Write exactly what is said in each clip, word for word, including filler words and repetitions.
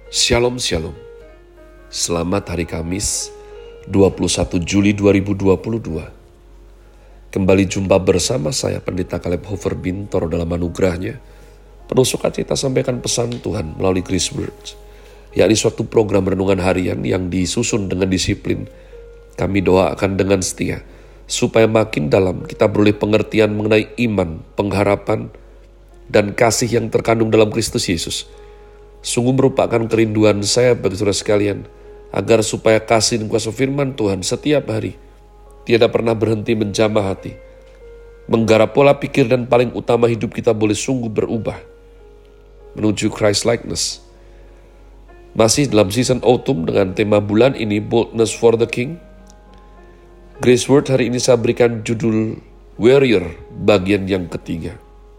Shalom Shalom. Selamat hari Kamis dua puluh satu Juli dua ribu dua puluh dua. Kembali jumpa bersama saya Pendeta Caleb Hofer Bintoro dalam anugerahnya. Penuh sukacita sampaikan pesan Tuhan melalui Grace Words, yakni suatu program renungan harian yang disusun dengan disiplin. Kami doakan dengan setia supaya makin dalam kita beroleh pengertian mengenai iman, pengharapan, dan kasih yang terkandung dalam Kristus Yesus. Sungguh merupakan kerinduan saya bagi saudara sekalian, agar supaya kasih dan kuasa firman Tuhan setiap hari tiada pernah berhenti menjamah hati, menggarap pola pikir dan paling utama hidup kita boleh sungguh berubah menuju Christ likeness. Masih dalam season autumn dengan tema bulan ini, Boldness for the King. Grace Word hari ini saya berikan judul Warrior bagian yang ketiga.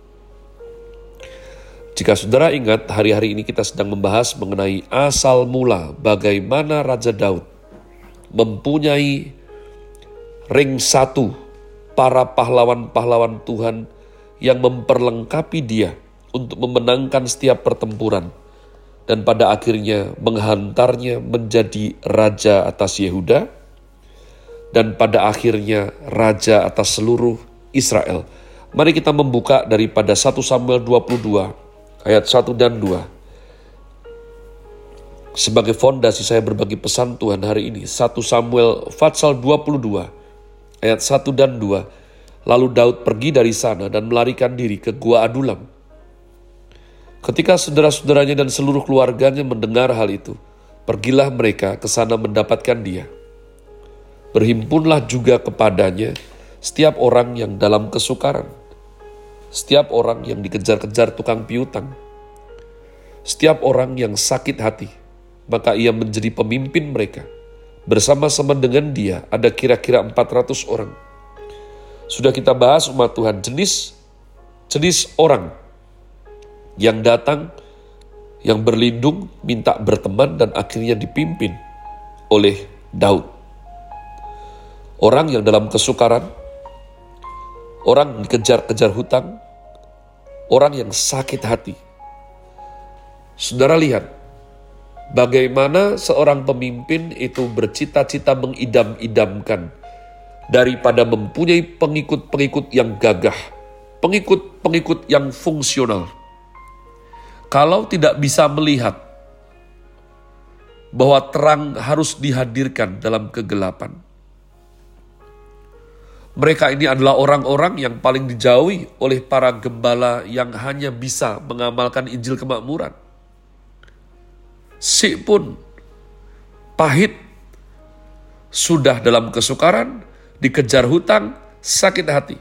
Jika saudara ingat, hari-hari ini kita sedang membahas mengenai asal mula bagaimana Raja Daud mempunyai ring satu para pahlawan-pahlawan Tuhan yang memperlengkapi dia untuk memenangkan setiap pertempuran dan pada akhirnya menghantarnya menjadi raja atas Yehuda dan pada akhirnya raja atas seluruh Israel. Mari kita membuka daripada satu Samuel dua puluh dua ayat satu dan dua. Sebagai fondasi saya berbagi pesan Tuhan hari ini, satu Samuel Fatsal dua puluh dua ayat satu dan dua. Lalu Daud pergi dari sana dan melarikan diri ke Gua Adulam. Ketika saudara-saudaranya dan seluruh keluarganya mendengar hal itu, pergilah mereka ke sana mendapatkan dia. Berhimpunlah juga kepadanya setiap orang yang dalam kesukaran, setiap orang yang dikejar-kejar tukang piutang, setiap orang yang sakit hati, maka ia menjadi pemimpin mereka. Bersama-sama dengan dia ada kira-kira empat ratus orang. Sudah kita bahas umat Tuhan, jenis jenis orang yang datang, yang berlindung, minta berteman dan akhirnya dipimpin oleh Daud. Orang yang dalam kesukaran, orang dikejar-kejar hutang, orang yang sakit hati. Saudara lihat, bagaimana seorang pemimpin itu bercita-cita mengidam-idamkan daripada mempunyai pengikut-pengikut yang gagah, pengikut-pengikut yang fungsional. Kalau tidak bisa melihat bahwa terang harus dihadirkan dalam kegelapan. Mereka ini adalah orang-orang yang paling dijauhi oleh para gembala yang hanya bisa mengamalkan Injil kemakmuran. Si pun pahit, sudah dalam kesukaran, dikejar hutang, sakit hati.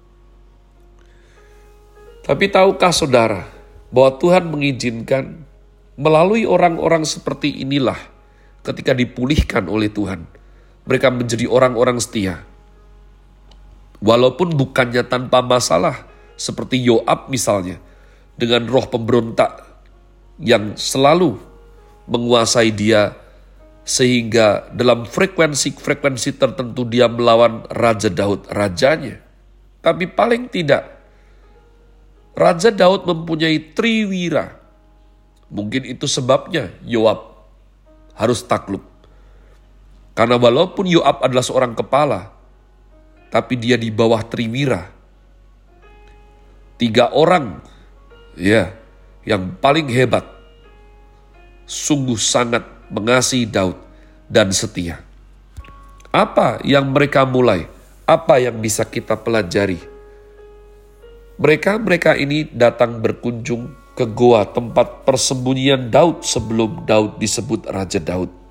Tapi tahukah saudara bahwa Tuhan mengizinkan melalui orang-orang seperti inilah ketika dipulihkan oleh Tuhan, mereka menjadi orang-orang setia. Walaupun bukannya tanpa masalah, seperti Yoab misalnya, dengan roh pemberontak yang selalu menguasai dia, sehingga dalam frekuensi-frekuensi tertentu dia melawan Raja Daud, rajanya. Tapi paling tidak, Raja Daud mempunyai triwira. Mungkin itu sebabnya Yoab harus takluk. Karena walaupun Yoab adalah seorang kepala, tapi dia di bawah triwira. Tiga orang ya yang paling hebat, sungguh sangat mengasihi Daud dan setia. Apa yang mereka mulai? Apa yang bisa kita pelajari? Mereka-mereka ini datang berkunjung ke goa tempat persembunyian Daud sebelum Daud disebut Raja Daud.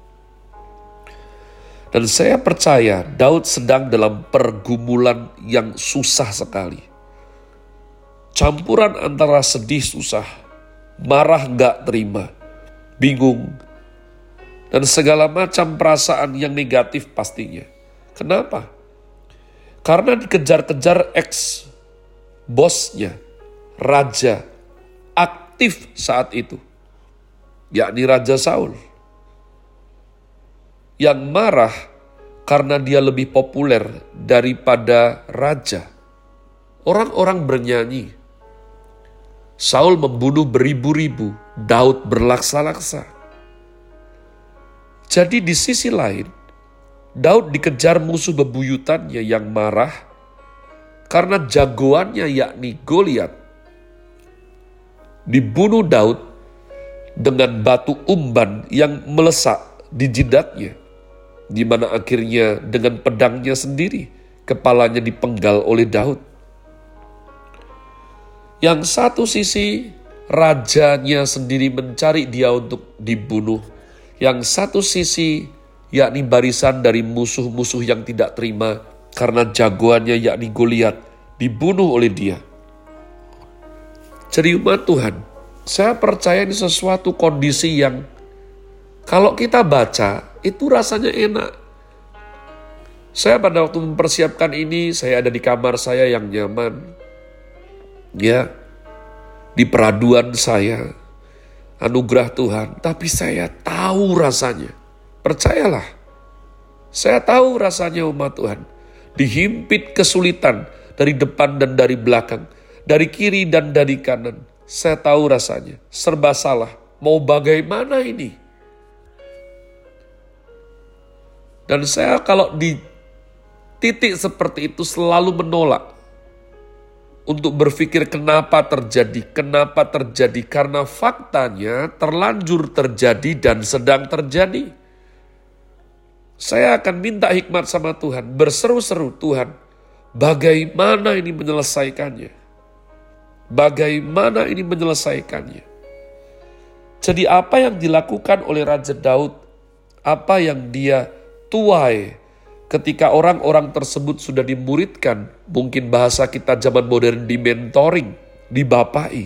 Dan saya percaya Daud sedang dalam pergumulan yang susah sekali. Campuran antara sedih susah, marah gak terima, bingung, dan segala macam perasaan yang negatif pastinya. Kenapa? Karena dikejar-kejar ex bosnya, raja aktif saat itu, yakni Raja Saul, yang marah karena dia lebih populer daripada raja. Orang-orang bernyanyi, Saul membunuh beribu-ribu, Daud berlaksa-laksa. Jadi di sisi lain, Daud dikejar musuh bebuyutannya yang marah karena jagoannya yakni Goliat dibunuh Daud dengan batu umban yang melesak di jidatnya, di mana akhirnya dengan pedangnya sendiri kepalanya dipenggal oleh Daud. Yang satu sisi rajanya sendiri mencari dia untuk dibunuh, yang satu sisi yakni barisan dari musuh-musuh yang tidak terima karena jagoannya yakni Goliat dibunuh oleh dia. Jadi umat Tuhan, saya percaya ini sesuatu kondisi yang kalau kita baca itu rasanya enak. Saya pada waktu mempersiapkan ini, saya ada di kamar saya yang nyaman. Ya, di peraduan saya, anugerah Tuhan. Tapi saya tahu rasanya. Percayalah, saya tahu rasanya umat Tuhan. Dihimpit kesulitan dari depan dan dari belakang, dari kiri dan dari kanan. Saya tahu rasanya, serba salah. Mau bagaimana ini? Dan saya kalau di titik seperti itu selalu menolak untuk berpikir kenapa terjadi, kenapa terjadi. Karena faktanya terlanjur terjadi dan sedang terjadi. Saya akan minta hikmat sama Tuhan, berseru-seru, Tuhan, bagaimana ini menyelesaikannya? Bagaimana ini menyelesaikannya? Jadi apa yang dilakukan oleh Raja Daud, apa yang dia tuai ketika orang-orang tersebut sudah dimuridkan, mungkin bahasa kita zaman modern di mentoring, dibapai.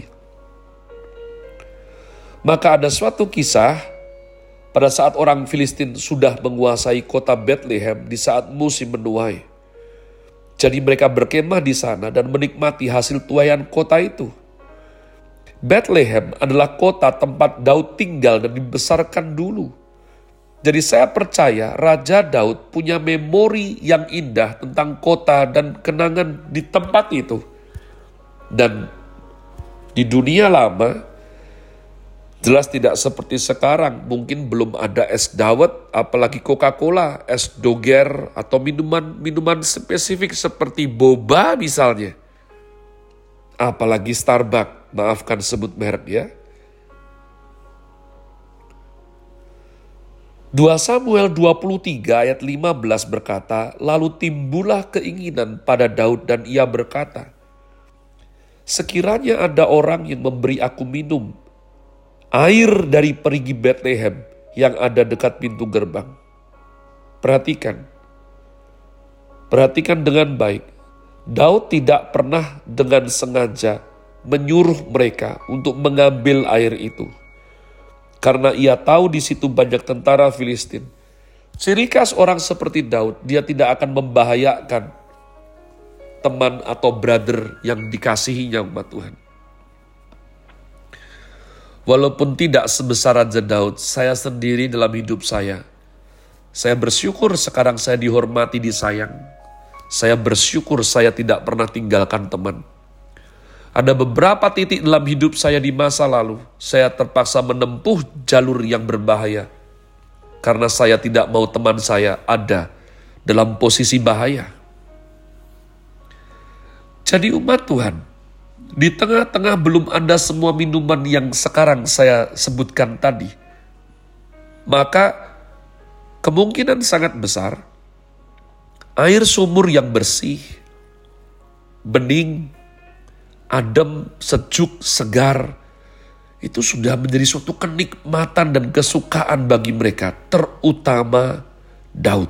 Maka ada suatu kisah pada saat orang Filistin sudah menguasai kota Bethlehem di saat musim menuai. Jadi mereka berkemah di sana dan menikmati hasil tuaian kota itu. Bethlehem adalah kota tempat Daud tinggal dan dibesarkan dulu. Jadi saya percaya Raja Daud punya memori yang indah tentang kota dan kenangan di tempat itu. Dan di dunia lama, jelas tidak seperti sekarang, mungkin belum ada es dawet, apalagi Coca-Cola, es doger, atau minuman-minuman spesifik seperti boba misalnya. Apalagi Starbucks, maafkan sebut merek ya. dua Samuel dua puluh tiga ayat lima belas berkata, lalu timbullah keinginan pada Daud dan ia berkata, sekiranya ada orang yang memberi aku minum air dari perigi Bethlehem yang ada dekat pintu gerbang. Perhatikan. Perhatikan dengan baik. Daud tidak pernah dengan sengaja menyuruh mereka untuk mengambil air itu. Karena ia tahu di situ banyak tentara Filistin. Ciri khas orang seperti Daud, dia tidak akan membahayakan teman atau brother yang dikasihinya umat Tuhan. Walaupun tidak sebesar Raja Daud, saya sendiri dalam hidup saya, saya bersyukur sekarang saya dihormati, disayang. Saya bersyukur saya tidak pernah tinggalkan teman. Ada beberapa titik dalam hidup saya di masa lalu, saya terpaksa menempuh jalur yang berbahaya. Karena saya tidak mau teman saya ada dalam posisi bahaya. Jadi umat Tuhan, di tengah-tengah belum ada semua minuman yang sekarang saya sebutkan tadi. Maka kemungkinan sangat besar air sumur yang bersih, bening, adem, sejuk, segar, itu sudah menjadi suatu kenikmatan dan kesukaan bagi mereka, terutama Daud.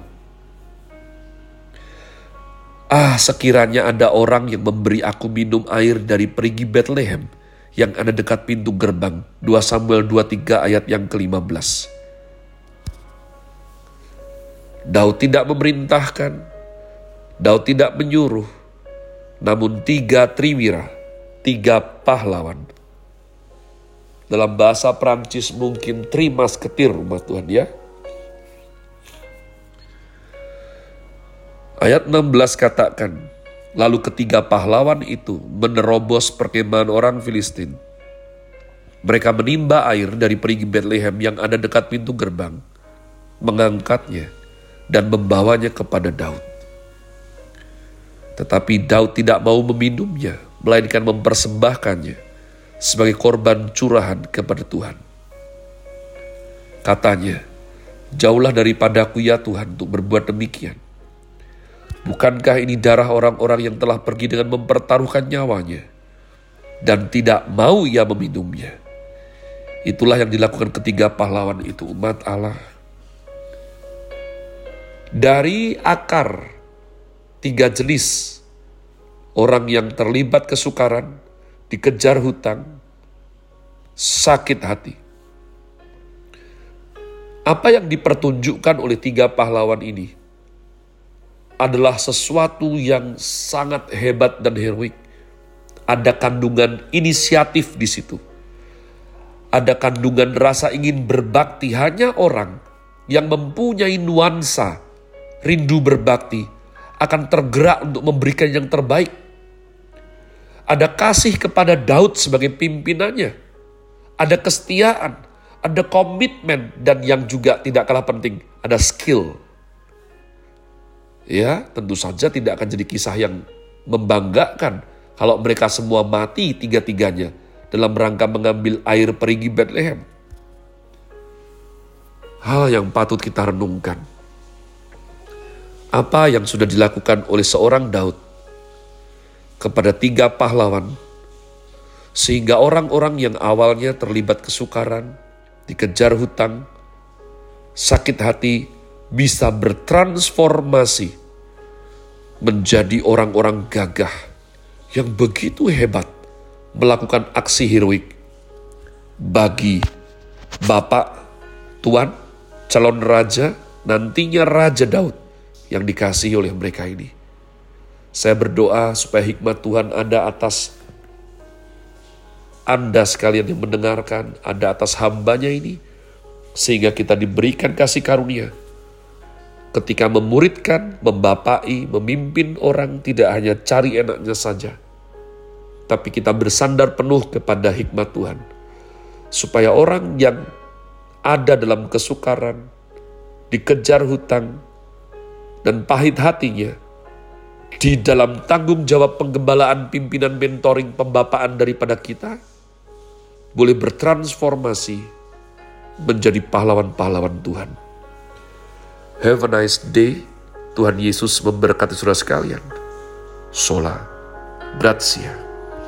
Ah, sekiranya ada orang yang memberi aku minum air dari perigi Bethlehem yang ada dekat pintu gerbang. dua Samuel dua puluh tiga ayat yang kelima belas. Daud tidak memerintahkan, Daud tidak menyuruh, namun tiga triwira, tiga pahlawan. Dalam bahasa Prancis mungkin trimasketir umat Tuhan ya. Ayat enam belas katakan, lalu ketiga pahlawan itu menerobos perkemahan orang Filistin. Mereka menimba air dari perigi Bethlehem yang ada dekat pintu gerbang. mengangkatnya, dan membawanya kepada Daud. Tetapi Daud tidak mau meminumnya, melainkan mempersembahkannya sebagai korban curahan kepada Tuhan. Katanya, "Jauhlah daripadaku ya Tuhan untuk berbuat demikian. Bukankah ini darah orang-orang yang telah pergi dengan mempertaruhkan nyawanya, dan tidak mau ia meminumnya?" Itulah yang dilakukan ketiga pahlawan itu, umat Allah. Dari akar tiga jenis orang yang terlibat kesukaran, dikejar hutang, sakit hati. Apa yang dipertunjukkan oleh tiga pahlawan ini adalah sesuatu yang sangat hebat dan heroik. Ada kandungan inisiatif di situ. Ada kandungan rasa ingin berbakti. Hanya orang yang mempunyai nuansa rindu berbakti akan tergerak untuk memberikan yang terbaik. Ada kasih kepada Daud sebagai pimpinannya. Ada kesetiaan, ada komitmen, dan yang juga tidak kalah penting, ada skill. Ya, tentu saja tidak akan jadi kisah yang membanggakan kalau mereka semua mati tiga-tiganya dalam rangka mengambil air perigi Bethlehem. Hal yang patut kita renungkan. Apa yang sudah dilakukan oleh seorang Daud kepada tiga pahlawan, sehingga orang-orang yang awalnya terlibat kesukaran, dikejar hutang, sakit hati, bisa bertransformasi menjadi orang-orang gagah yang begitu hebat melakukan aksi heroik bagi Bapak, Tuan, calon raja, nantinya Raja Daud yang dikasihi oleh mereka ini. Saya berdoa supaya hikmat Tuhan ada atas Anda sekalian yang mendengarkan, ada atas hambanya ini, sehingga kita diberikan kasih karunia ketika memuridkan, membapai, memimpin orang, tidak hanya cari enaknya saja, tapi kita bersandar penuh kepada hikmat Tuhan, supaya orang yang ada dalam kesukaran, dikejar hutang, dan pahit hatinya, di dalam tanggung jawab penggembalaan, pimpinan, mentoring, pembapaan daripada kita, boleh bertransformasi menjadi pahlawan-pahlawan Tuhan. Have a nice day. Tuhan Yesus memberkati saudara sekalian. Sola Grazia.